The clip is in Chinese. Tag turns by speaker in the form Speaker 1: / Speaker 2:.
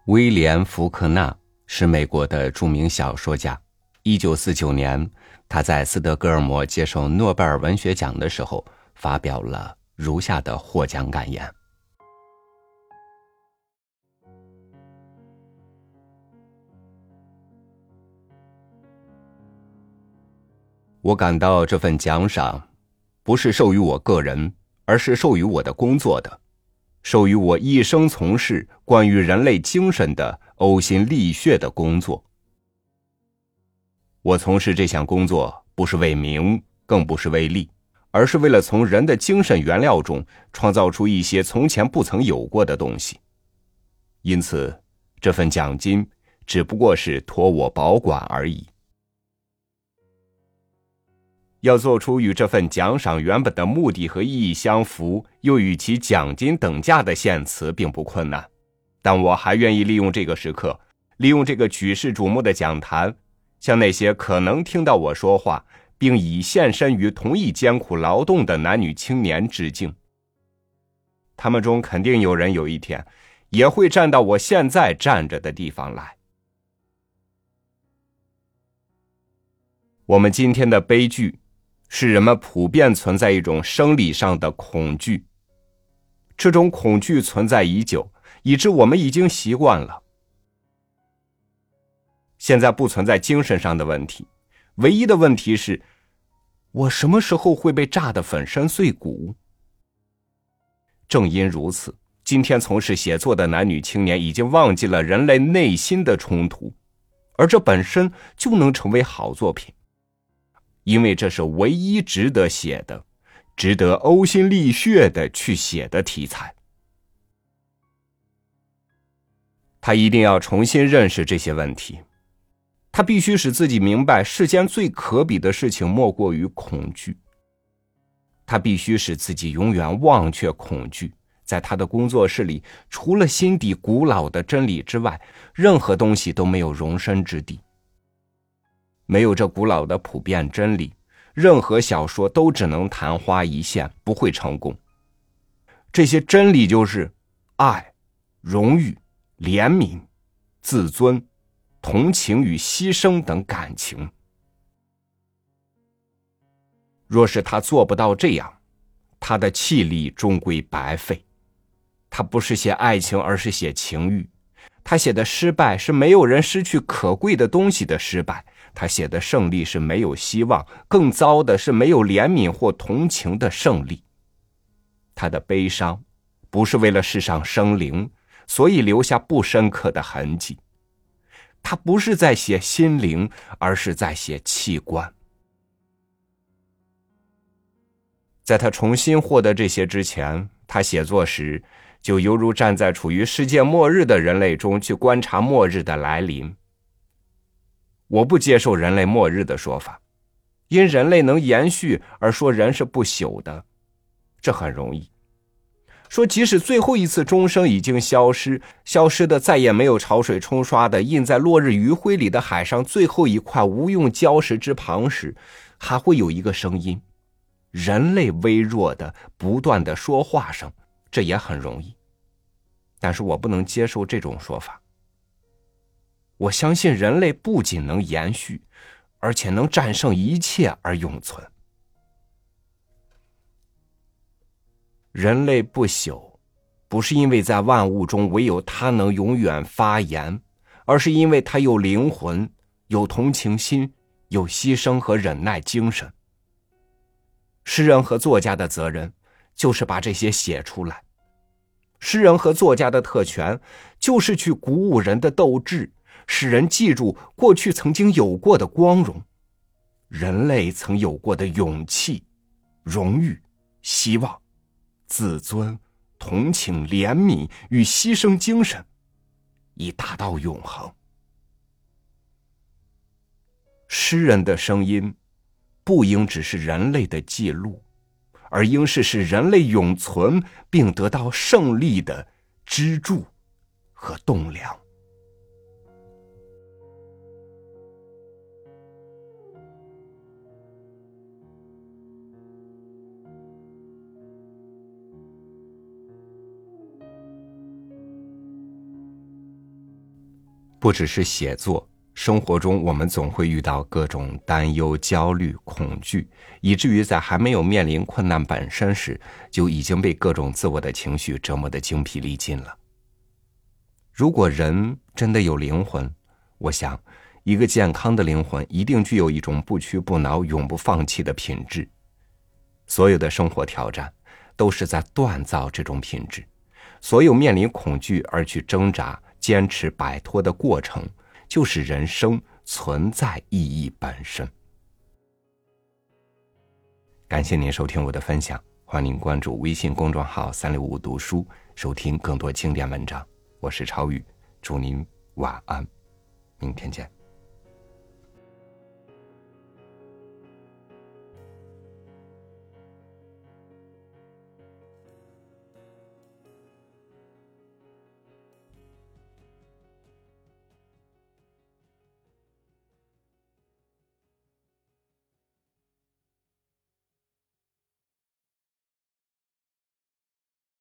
Speaker 1: 威廉·福克纳是美国的著名小说家。1949年，他在斯德哥尔摩接受诺贝尔文学奖的时候，发表了如下的获奖感言：我感到这份奖赏不是授予我个人，而是授予我的工作的，授予我一生从事关于人类精神的呕心沥血的工作。我从事这项工作不是为名，更不是为利，而是为了从人的精神原料中创造出一些从前不曾有过的东西。因此，这份奖金只不过是托我保管而已。要做出与这份奖赏原本的目的和意义相符，又与其奖金等价的献词并不困难，但我还愿意利用这个时刻，利用这个举世瞩目的讲坛，向那些可能听到我说话并已献身于同一艰苦劳动的男女青年致敬。他们中肯定有人有一天也会站到我现在站着的地方来。我们今天的悲剧是人们普遍存在一种生理上的恐惧，这种恐惧存在已久，以致我们已经习惯了。现在不存在精神上的问题，唯一的问题是，我什么时候会被炸得粉身碎骨？正因如此，今天从事写作的男女青年已经忘记了人类内心的冲突，而这本身就能成为好作品，因为这是唯一值得写的，值得呕心沥血的去写的题材。他一定要重新认识这些问题，他必须使自己明白世间最可比的事情莫过于恐惧。他必须使自己永远忘却恐惧，在他的工作室里，除了心底古老的真理之外，任何东西都没有容身之地。没有这古老的普遍真理，任何小说都只能昙花一现，不会成功。这些真理就是爱、荣誉、怜悯、自尊、同情与牺牲等感情。若是他做不到这样，他的气力终归白费。他不是写爱情，而是写情欲。他写的失败是没有人失去可贵的东西的失败，他写的胜利是没有希望，更糟的是没有怜悯或同情的胜利。他的悲伤不是为了世上生灵，所以留下不深刻的痕迹。他不是在写心灵，而是在写器官。在他重新获得这些之前，他写作时就犹如站在处于世界末日的人类中去观察末日的来临。我不接受人类末日的说法，因人类能延续而说人是不朽的，这很容易。说即使最后一次钟声已经消失的再也没有潮水冲刷的印在落日余晖里的海上最后一块无用礁石之旁时，还会有一个声音，人类微弱的不断的说话声，这也很容易。但是我不能接受这种说法。我相信人类不仅能延续，而且能战胜一切而永存。人类不朽，不是因为在万物中唯有它能永远发言，而是因为它有灵魂，有同情心，有牺牲和忍耐精神。诗人和作家的责任就是把这些写出来。诗人和作家的特权就是去鼓舞人的斗志，使人记住过去曾经有过的光荣，人类曾有过的勇气、荣誉、希望、自尊、同情、怜悯与牺牲精神，以达到永恒。诗人的声音不应只是人类的记录，而应是使人类永存并得到胜利的支柱和栋梁。 不只是写作，生活中我们总会遇到各种担忧、焦虑、恐惧，以至于在还没有面临困难本身时，就已经被各种自我的情绪折磨得精疲力尽了。如果人真的有灵魂，我想一个健康的灵魂一定具有一种不屈不挠、永不放弃的品质。所有的生活挑战都是在锻造这种品质，所有面临恐惧而去挣扎、坚持摆脱的过程，就是人生存在意义本身。感谢您收听我的分享，欢迎您关注微信公众号365读书，收听更多经典文章。我是超宇，祝您晚安，明天见。